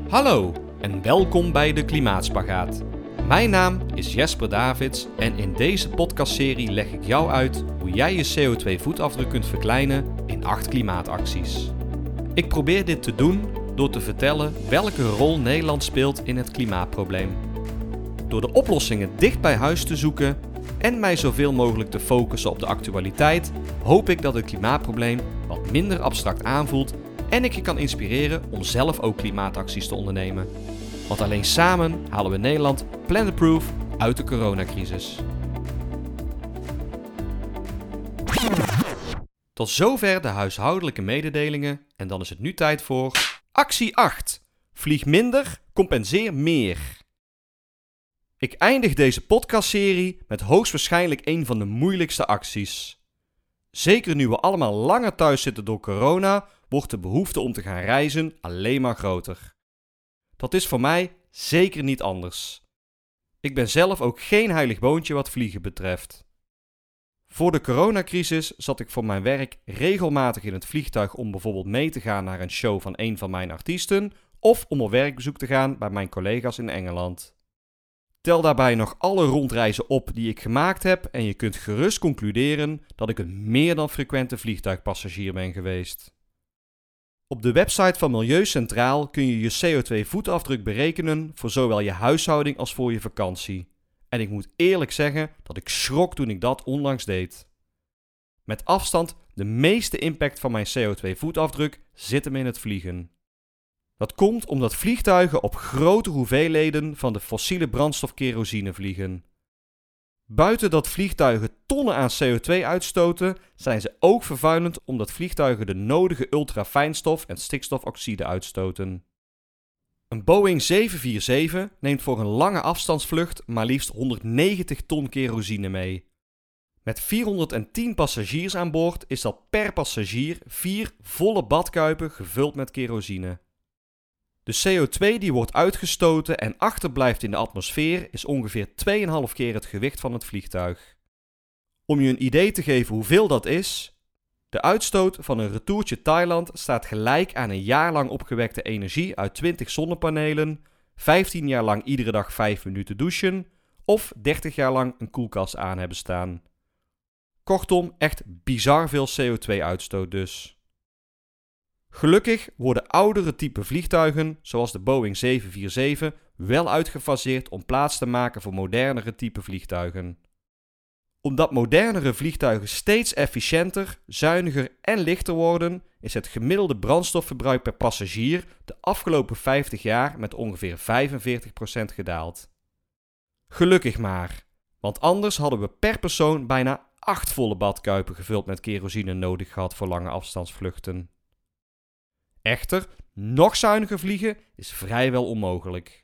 Hallo en welkom bij de Klimaatspagaat. Mijn naam is Jesper Davids en in deze podcastserie leg ik jou uit hoe jij je CO2-voetafdruk kunt verkleinen in 8 klimaatacties. Ik probeer dit te doen door te vertellen welke rol Nederland speelt in het klimaatprobleem. Door de oplossingen dicht bij huis te zoeken en mij zoveel mogelijk te focussen op de actualiteit, hoop ik dat het klimaatprobleem wat minder abstract aanvoelt en ik je kan inspireren om zelf ook klimaatacties te ondernemen. Want alleen samen halen we Nederland planet-proof uit de coronacrisis. Tot zover de huishoudelijke mededelingen en dan is het nu tijd voor actie 8. Vlieg minder, compenseer meer. Ik eindig deze podcastserie met hoogstwaarschijnlijk een van de moeilijkste acties. Zeker nu we allemaal langer thuis zitten door corona, wordt de behoefte om te gaan reizen alleen maar groter. Dat is voor mij zeker niet anders. Ik ben zelf ook geen heilig boontje wat vliegen betreft. Voor de coronacrisis zat ik voor mijn werk regelmatig in het vliegtuig om bijvoorbeeld mee te gaan naar een show van een van mijn artiesten of om op werkbezoek te gaan bij mijn collega's in Engeland. Tel daarbij nog alle rondreizen op die ik gemaakt heb en je kunt gerust concluderen dat ik een meer dan frequente vliegtuigpassagier ben geweest. Op de website van Milieu Centraal kun je je CO2-voetafdruk berekenen voor zowel je huishouding als voor je vakantie. En ik moet eerlijk zeggen dat ik schrok toen ik dat onlangs deed. Met afstand de meeste impact van mijn CO2-voetafdruk zit hem in het vliegen. Dat komt omdat vliegtuigen op grote hoeveelheden van de fossiele brandstof kerosine vliegen. Buiten dat vliegtuigen tonnen aan CO2 uitstoten, zijn ze ook vervuilend omdat vliegtuigen de nodige ultrafijnstof en stikstofoxide uitstoten. Een Boeing 747 neemt voor een lange afstandsvlucht maar liefst 190 ton kerosine mee. Met 410 passagiers aan boord is dat per passagier 4 volle badkuipen gevuld met kerosine. De CO2 die wordt uitgestoten en achterblijft in de atmosfeer is ongeveer 2,5 keer het gewicht van het vliegtuig. Om je een idee te geven hoeveel dat is, de uitstoot van een retourtje Thailand staat gelijk aan een jaar lang opgewekte energie uit 20 zonnepanelen, 15 jaar lang iedere dag 5 minuten douchen of 30 jaar lang een koelkast aan hebben staan. Kortom, echt bizar veel CO2-uitstoot dus. Gelukkig worden oudere type vliegtuigen, zoals de Boeing 747, wel uitgefaseerd om plaats te maken voor modernere type vliegtuigen. Omdat modernere vliegtuigen steeds efficiënter, zuiniger en lichter worden, is het gemiddelde brandstofverbruik per passagier de afgelopen 50 jaar met ongeveer 45% gedaald. Gelukkig maar, want anders hadden we per persoon bijna 8 volle badkuipen gevuld met kerosine nodig gehad voor lange afstandsvluchten. Echter, nog zuiniger vliegen is vrijwel onmogelijk.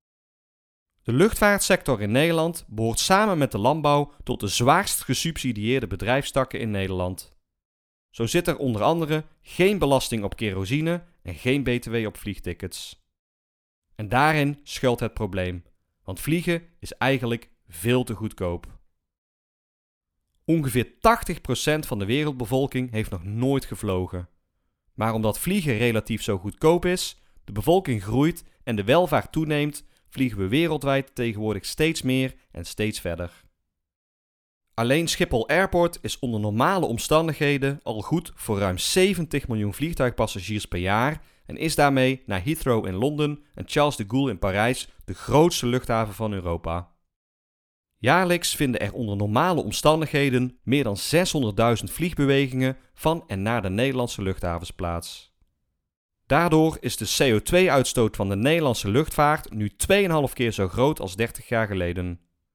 De luchtvaartsector in Nederland behoort samen met de landbouw tot de zwaarst gesubsidieerde bedrijfstakken in Nederland. Zo zit er onder andere geen belasting op kerosine en geen btw op vliegtickets. En daarin schuilt het probleem, want vliegen is eigenlijk veel te goedkoop. Ongeveer 80% van de wereldbevolking heeft nog nooit gevlogen. Maar omdat vliegen relatief zo goedkoop is, de bevolking groeit en de welvaart toeneemt, vliegen we wereldwijd tegenwoordig steeds meer en steeds verder. Alleen Schiphol Airport is onder normale omstandigheden al goed voor ruim 70 miljoen vliegtuigpassagiers per jaar en is daarmee na Heathrow in Londen en Charles de Gaulle in Parijs de grootste luchthaven van Europa. Jaarlijks vinden er onder normale omstandigheden meer dan 600.000 vliegbewegingen van en naar de Nederlandse luchthavens plaats. Daardoor is de CO2-uitstoot van de Nederlandse luchtvaart nu 2,5 keer zo groot als 30 jaar geleden.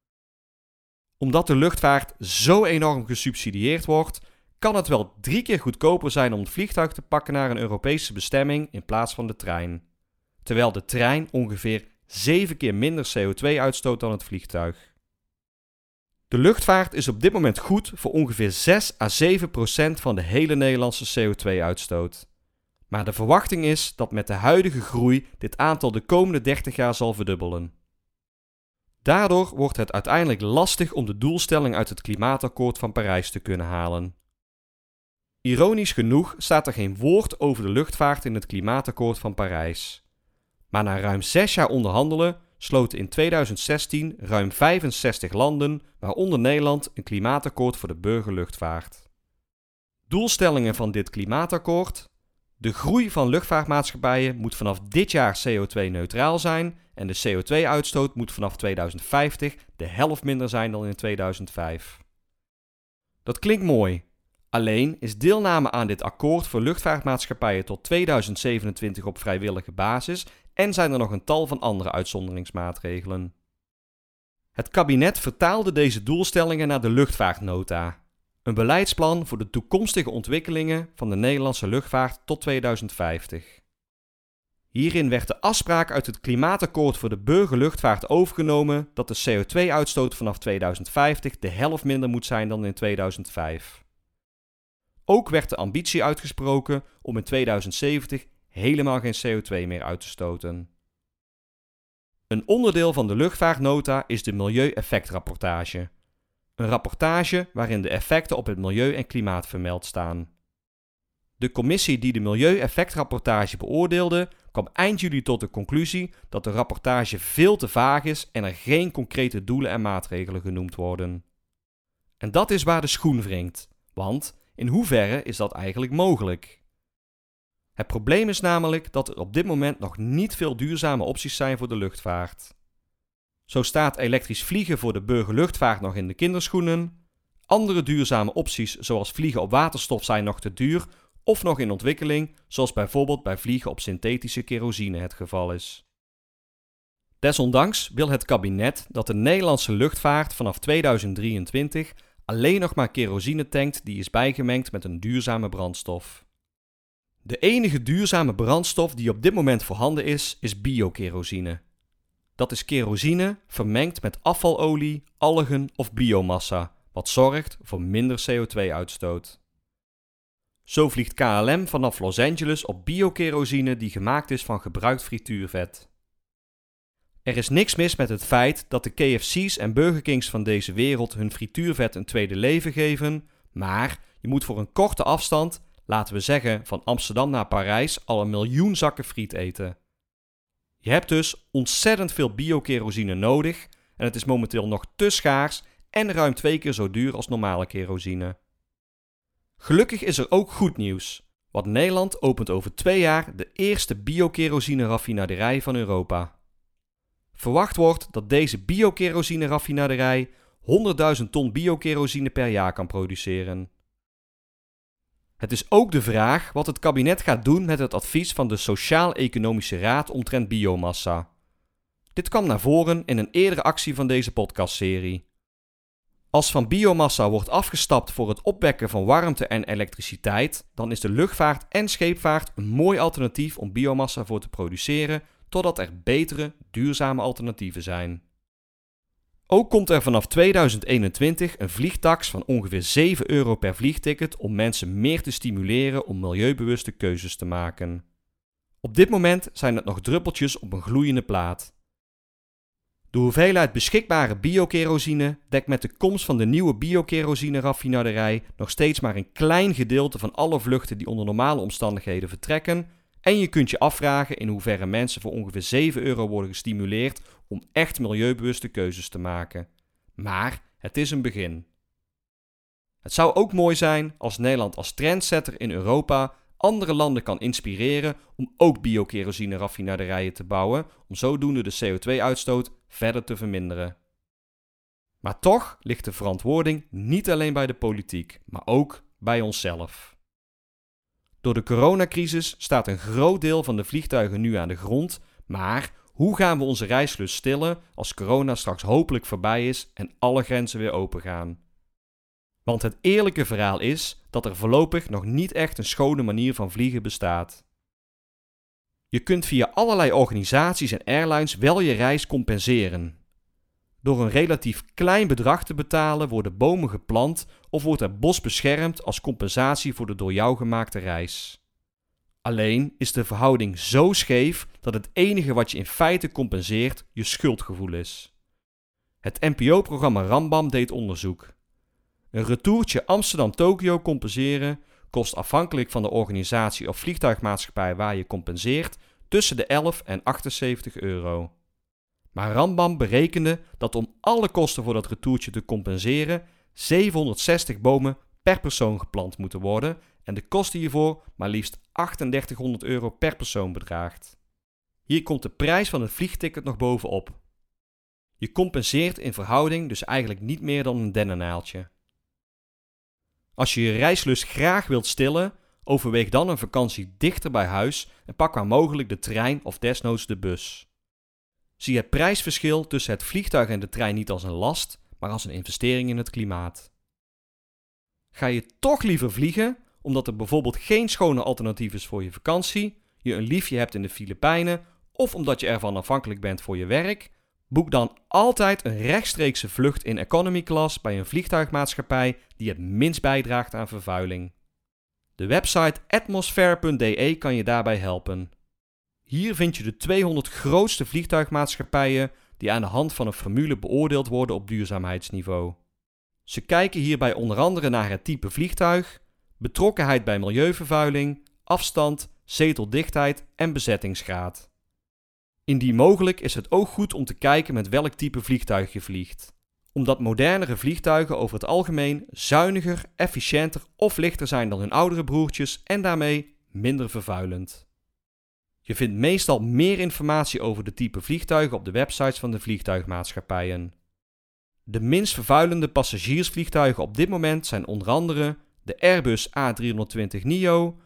Omdat de luchtvaart zo enorm gesubsidieerd wordt, kan het wel 3 keer goedkoper zijn om het vliegtuig te pakken naar een Europese bestemming in plaats van de trein. Terwijl de trein ongeveer 7 keer minder CO2 uitstoot dan het vliegtuig. De luchtvaart is op dit moment goed voor ongeveer 6 à 7% van de hele Nederlandse CO2-uitstoot. Maar de verwachting is dat met de huidige groei dit aantal de komende 30 jaar zal verdubbelen. Daardoor wordt het uiteindelijk lastig om de doelstelling uit het Klimaatakkoord van Parijs te kunnen halen. Ironisch genoeg staat er geen woord over de luchtvaart in het Klimaatakkoord van Parijs. Maar na ruim 6 jaar onderhandelen sloten in 2016 ruim 65 landen, waaronder Nederland, een klimaatakkoord voor de burgerluchtvaart. Doelstellingen van dit klimaatakkoord: de groei van luchtvaartmaatschappijen moet vanaf dit jaar CO2-neutraal zijn en de CO2-uitstoot moet vanaf 2050 de helft minder zijn dan in 2005. Dat klinkt mooi. Alleen is deelname aan dit akkoord voor luchtvaartmaatschappijen tot 2027 op vrijwillige basis en zijn er nog een tal van andere uitzonderingsmaatregelen. Het kabinet vertaalde deze doelstellingen naar de luchtvaartnota, een beleidsplan voor de toekomstige ontwikkelingen van de Nederlandse luchtvaart tot 2050. Hierin werd de afspraak uit het klimaatakkoord voor de burgerluchtvaart overgenomen dat de CO2-uitstoot vanaf 2050 de helft minder moet zijn dan in 2005. Ook werd de ambitie uitgesproken om in 2070 helemaal geen CO2 meer uit te stoten. Een onderdeel van de luchtvaartnota is de milieueffectrapportage. Een rapportage waarin de effecten op het milieu en klimaat vermeld staan. De commissie die de milieueffectrapportage beoordeelde, kwam eind juli tot de conclusie dat de rapportage veel te vaag is en er geen concrete doelen en maatregelen genoemd worden. En dat is waar de schoen wringt, want in hoeverre is dat eigenlijk mogelijk? Het probleem is namelijk dat er op dit moment nog niet veel duurzame opties zijn voor de luchtvaart. Zo staat elektrisch vliegen voor de burgerluchtvaart nog in de kinderschoenen. Andere duurzame opties zoals vliegen op waterstof zijn nog te duur of nog in ontwikkeling, zoals bijvoorbeeld bij vliegen op synthetische kerosine het geval is. Desondanks wil het kabinet dat de Nederlandse luchtvaart vanaf 2023 alleen nog maar kerosine tankt die is bijgemengd met een duurzame brandstof. De enige duurzame brandstof die op dit moment voorhanden is biokerosine. Dat is kerosine vermengd met afvalolie, algen of biomassa, wat zorgt voor minder CO2-uitstoot. Zo vliegt KLM vanaf Los Angeles op biokerosine die gemaakt is van gebruikt frituurvet. Er is niks mis met het feit dat de KFC's en Burger Kings van deze wereld hun frituurvet een tweede leven geven, maar je moet voor een korte afstand, laten we zeggen van Amsterdam naar Parijs, al 1 miljoen zakken friet eten. Je hebt dus ontzettend veel biokerosine nodig en het is momenteel nog te schaars en ruim 2 keer zo duur als normale kerosine. Gelukkig is er ook goed nieuws, want Nederland opent over 2 jaar de eerste biokerosine-raffinaderij van Europa. Verwacht wordt dat deze biokerosine-raffinaderij 100.000 ton biokerosine per jaar kan produceren. Het is ook de vraag wat het kabinet gaat doen met het advies van de Sociaal-Economische Raad omtrent biomassa. Dit kwam naar voren in een eerdere actie van deze podcastserie. Als van biomassa wordt afgestapt voor het opwekken van warmte en elektriciteit, dan is de luchtvaart en scheepvaart een mooi alternatief om biomassa voor te produceren, totdat er betere, duurzame alternatieven zijn. Ook komt er vanaf 2021 een vliegtaks van ongeveer €7 per vliegticket om mensen meer te stimuleren om milieubewuste keuzes te maken. Op dit moment zijn het nog druppeltjes op een gloeiende plaat. De hoeveelheid beschikbare biokerosine dekt met de komst van de nieuwe biokerosine-raffinaderij nog steeds maar een klein gedeelte van alle vluchten die onder normale omstandigheden vertrekken en je kunt je afvragen in hoeverre mensen voor ongeveer €7 worden gestimuleerd om echt milieubewuste keuzes te maken. Maar het is een begin. Het zou ook mooi zijn als Nederland als trendsetter in Europa andere landen kan inspireren om ook biokerosine-raffinaderijen te bouwen om zodoende de CO2-uitstoot verder te verminderen. Maar toch ligt de verantwoording niet alleen bij de politiek, maar ook bij onszelf. Door de coronacrisis staat een groot deel van de vliegtuigen nu aan de grond, maar hoe gaan we onze reislust stillen als corona straks hopelijk voorbij is en alle grenzen weer open gaan? Want het eerlijke verhaal is dat er voorlopig nog niet echt een schone manier van vliegen bestaat. Je kunt via allerlei organisaties en airlines wel je reis compenseren. Door een relatief klein bedrag te betalen worden bomen geplant of wordt er bos beschermd als compensatie voor de door jou gemaakte reis. Alleen is de verhouding zo scheef dat het enige wat je in feite compenseert je schuldgevoel is. Het NPO-programma Rambam deed onderzoek. Een retourtje Amsterdam-Tokio compenseren kost afhankelijk van de organisatie of vliegtuigmaatschappij waar je compenseert tussen de 11 en 78 euro. Maar Rambam berekende dat om alle kosten voor dat retourtje te compenseren 760 bomen per persoon geplant moeten worden en de kosten hiervoor maar liefst 3800 euro per persoon bedraagt. Hier komt de prijs van het vliegticket nog bovenop. Je compenseert in verhouding dus eigenlijk niet meer dan een dennennaaltje. Als je je reislust graag wilt stillen, overweeg dan een vakantie dichter bij huis en pak waar mogelijk de trein of desnoods de bus. Zie het prijsverschil tussen het vliegtuig en de trein niet als een last, maar als een investering in het klimaat. Ga je toch liever vliegen, omdat er bijvoorbeeld geen schone alternatief is voor je vakantie, je een liefje hebt in de Filipijnen of omdat je ervan afhankelijk bent voor je werk, boek dan altijd een rechtstreekse vlucht in economy class bij een vliegtuigmaatschappij die het minst bijdraagt aan vervuiling. De website atmosphere.de kan je daarbij helpen. Hier vind je de 200 grootste vliegtuigmaatschappijen die aan de hand van een formule beoordeeld worden op duurzaamheidsniveau. Ze kijken hierbij onder andere naar het type vliegtuig, betrokkenheid bij milieuvervuiling, afstand, zeteldichtheid en bezettingsgraad. Indien mogelijk is het ook goed om te kijken met welk type vliegtuig je vliegt, omdat modernere vliegtuigen over het algemeen zuiniger, efficiënter of lichter zijn dan hun oudere broertjes en daarmee minder vervuilend. Je vindt meestal meer informatie over de type vliegtuigen op de websites van de vliegtuigmaatschappijen. De minst vervuilende passagiersvliegtuigen op dit moment zijn onder andere de Airbus A320neo,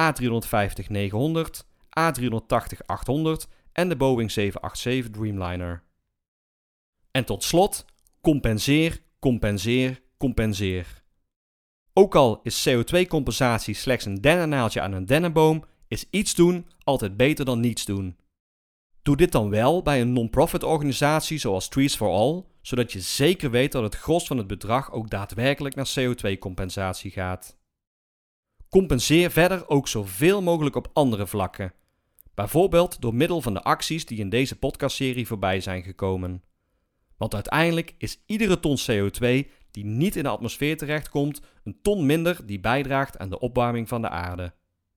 A350-900, A380-800 en de Boeing 787 Dreamliner. En tot slot, compenseer, compenseer, compenseer. Ook al is CO2-compensatie slechts een dennennaaltje aan een dennenboom, is iets doen altijd beter dan niets doen. Doe dit dan wel bij een non-profit organisatie zoals Trees for All, zodat je zeker weet dat het gros van het bedrag ook daadwerkelijk naar CO2-compensatie gaat. Compenseer verder ook zoveel mogelijk op andere vlakken. Bijvoorbeeld door middel van de acties die in deze podcastserie voorbij zijn gekomen. Want uiteindelijk is iedere ton CO2 die niet in de atmosfeer terechtkomt een ton minder die bijdraagt aan de opwarming van de aarde.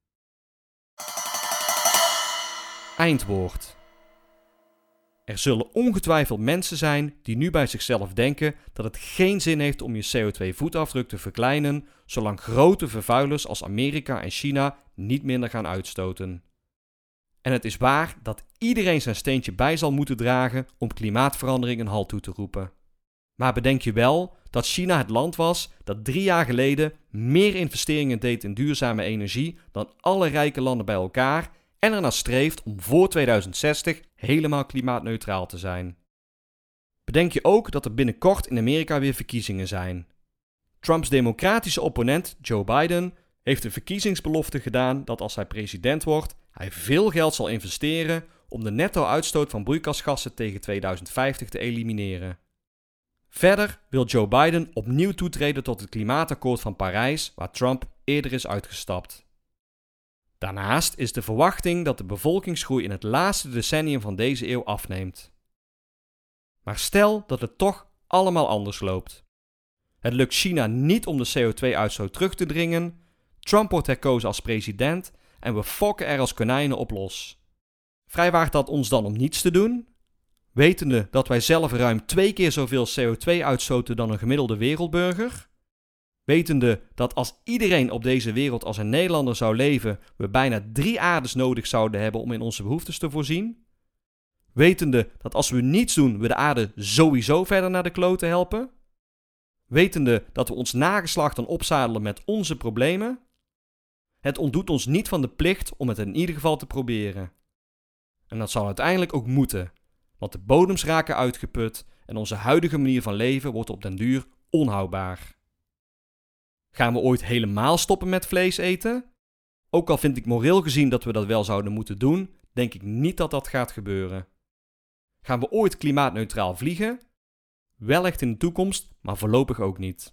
Eindwoord. Er zullen ongetwijfeld mensen zijn die nu bij zichzelf denken dat het geen zin heeft om je CO2-voetafdruk te verkleinen, zolang grote vervuilers als Amerika en China niet minder gaan uitstoten. En het is waar dat iedereen zijn steentje bij zal moeten dragen om klimaatverandering een halt toe te roepen. Maar bedenk je wel dat China het land was dat 3 jaar geleden meer investeringen deed in duurzame energie dan alle rijke landen bij elkaar en ernaar streeft om voor 2060 helemaal klimaatneutraal te zijn. Bedenk je ook dat er binnenkort in Amerika weer verkiezingen zijn. Trumps democratische opponent Joe Biden heeft de verkiezingsbelofte gedaan dat als hij president wordt, hij veel geld zal investeren om de netto-uitstoot van broeikasgassen tegen 2050 te elimineren. Verder wil Joe Biden opnieuw toetreden tot het klimaatakkoord van Parijs, waar Trump eerder is uitgestapt. Daarnaast is de verwachting dat de bevolkingsgroei in het laatste decennium van deze eeuw afneemt. Maar stel dat het toch allemaal anders loopt. Het lukt China niet om de CO2-uitstoot terug te dringen, Trump wordt herkozen als president en we fokken er als konijnen op los. Vrijwaart dat ons dan om niets te doen? Wetende dat wij zelf ruim 2 keer zoveel CO2 uitstoten dan een gemiddelde wereldburger? Wetende dat als iedereen op deze wereld als een Nederlander zou leven, we bijna 3 aardes nodig zouden hebben om in onze behoeftes te voorzien? Wetende dat als we niets doen, we de aarde sowieso verder naar de klote helpen? Wetende dat we ons nageslacht dan opzadelen met onze problemen? Het ontdoet ons niet van de plicht om het in ieder geval te proberen. En dat zal uiteindelijk ook moeten, want de bodems raken uitgeput en onze huidige manier van leven wordt op den duur onhoudbaar. Gaan we ooit helemaal stoppen met vlees eten? Ook al vind ik moreel gezien dat we dat wel zouden moeten doen, denk ik niet dat dat gaat gebeuren. Gaan we ooit klimaatneutraal vliegen? Wellicht in de toekomst, maar voorlopig ook niet.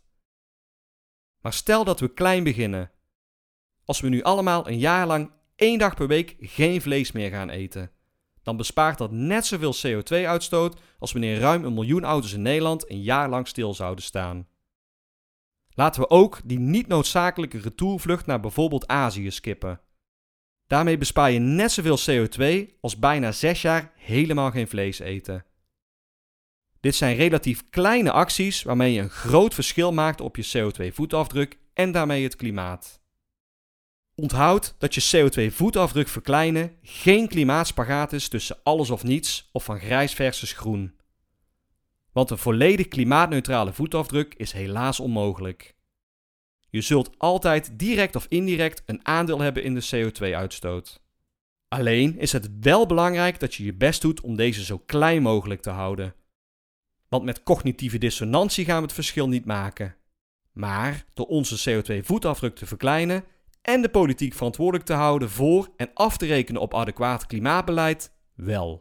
Maar stel dat we klein beginnen. Als we nu allemaal een jaar lang 1 dag per week geen vlees meer gaan eten, dan bespaart dat net zoveel CO2-uitstoot als wanneer ruim 1 miljoen auto's in Nederland een jaar lang stil zouden staan. Laten we ook die niet noodzakelijke retourvlucht naar bijvoorbeeld Azië skippen. Daarmee bespaar je net zoveel CO2 als bijna 6 jaar helemaal geen vlees eten. Dit zijn relatief kleine acties waarmee je een groot verschil maakt op je CO2-voetafdruk en daarmee het klimaat. Onthoud dat je CO2-voetafdruk verkleinen geen klimaatspagaat is tussen alles of niets of van grijs versus groen. Want een volledig klimaatneutrale voetafdruk is helaas onmogelijk. Je zult altijd direct of indirect een aandeel hebben in de CO2-uitstoot. Alleen is het wel belangrijk dat je je best doet om deze zo klein mogelijk te houden. Want met cognitieve dissonantie gaan we het verschil niet maken. Maar door onze CO2-voetafdruk te verkleinen en de politiek verantwoordelijk te houden voor en af te rekenen op adequaat klimaatbeleid, wel.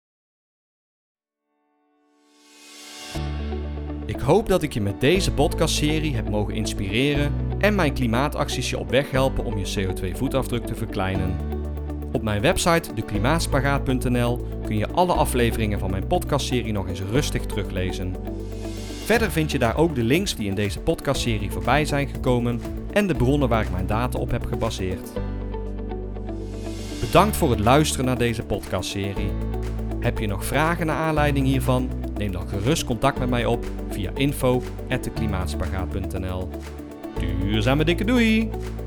Ik hoop dat ik je met deze podcastserie heb mogen inspireren en mijn klimaatacties je op weg helpen om je CO2-voetafdruk te verkleinen. Op mijn website deklimaatspagaat.nl kun je alle afleveringen van mijn podcastserie nog eens rustig teruglezen. Verder vind je daar ook de links die in deze podcastserie voorbij zijn gekomen en de bronnen waar ik mijn data op heb gebaseerd. Bedankt voor het luisteren naar deze podcastserie. Heb je nog vragen naar aanleiding hiervan? Neem dan gerust contact met mij op via info@deklimaatspagaat.nl. Duurzame dikke doei!